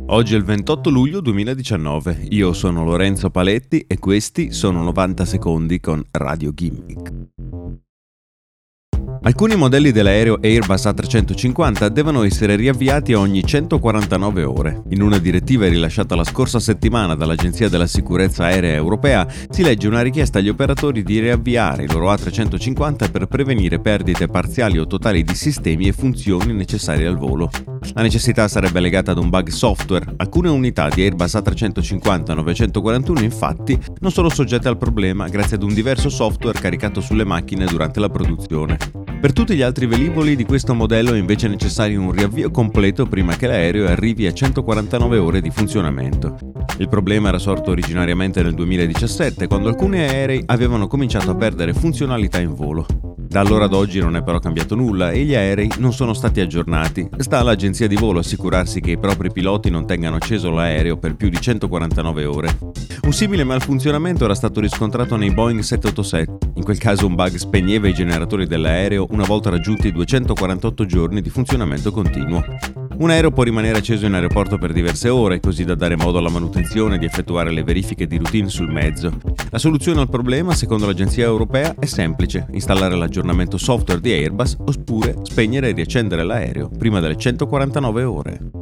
Oggi è il 28 luglio 2019, io sono Lorenzo Paletti e questi sono 90 secondi con Radio Gimmick. Alcuni modelli dell'aereo Airbus A350 devono essere riavviati ogni 149 ore. In una direttiva rilasciata la scorsa settimana dall'Agenzia della Sicurezza Aerea Europea si legge una richiesta agli operatori di riavviare i loro A350 per prevenire perdite parziali o totali di sistemi e funzioni necessarie al volo. La necessità sarebbe legata ad un bug software. Alcune unità di Airbus A350-941 infatti non sono soggette al problema grazie ad un diverso software caricato sulle macchine durante la produzione. Per tutti gli altri velivoli di questo modello è invece necessario un riavvio completo prima che l'aereo arrivi a 149 ore di funzionamento. Il problema era sorto originariamente nel 2017, quando alcuni aerei avevano cominciato a perdere funzionalità in volo. Da allora ad oggi non è però cambiato nulla e gli aerei non sono stati aggiornati. Sta all'agenzia di volo assicurarsi che i propri piloti non tengano acceso l'aereo per più di 149 ore. Un simile malfunzionamento era stato riscontrato nei Boeing 787. In quel caso un bug spegneva i generatori dell'aereo una volta raggiunti i 248 giorni di funzionamento continuo. Un aereo può rimanere acceso in aeroporto per diverse ore, così da dare modo alla manutenzione di effettuare le verifiche di routine sul mezzo. La soluzione al problema, secondo l'agenzia europea, è semplice: installare l'aggiornamento software di Airbus oppure spegnere e riaccendere l'aereo prima delle 149 ore.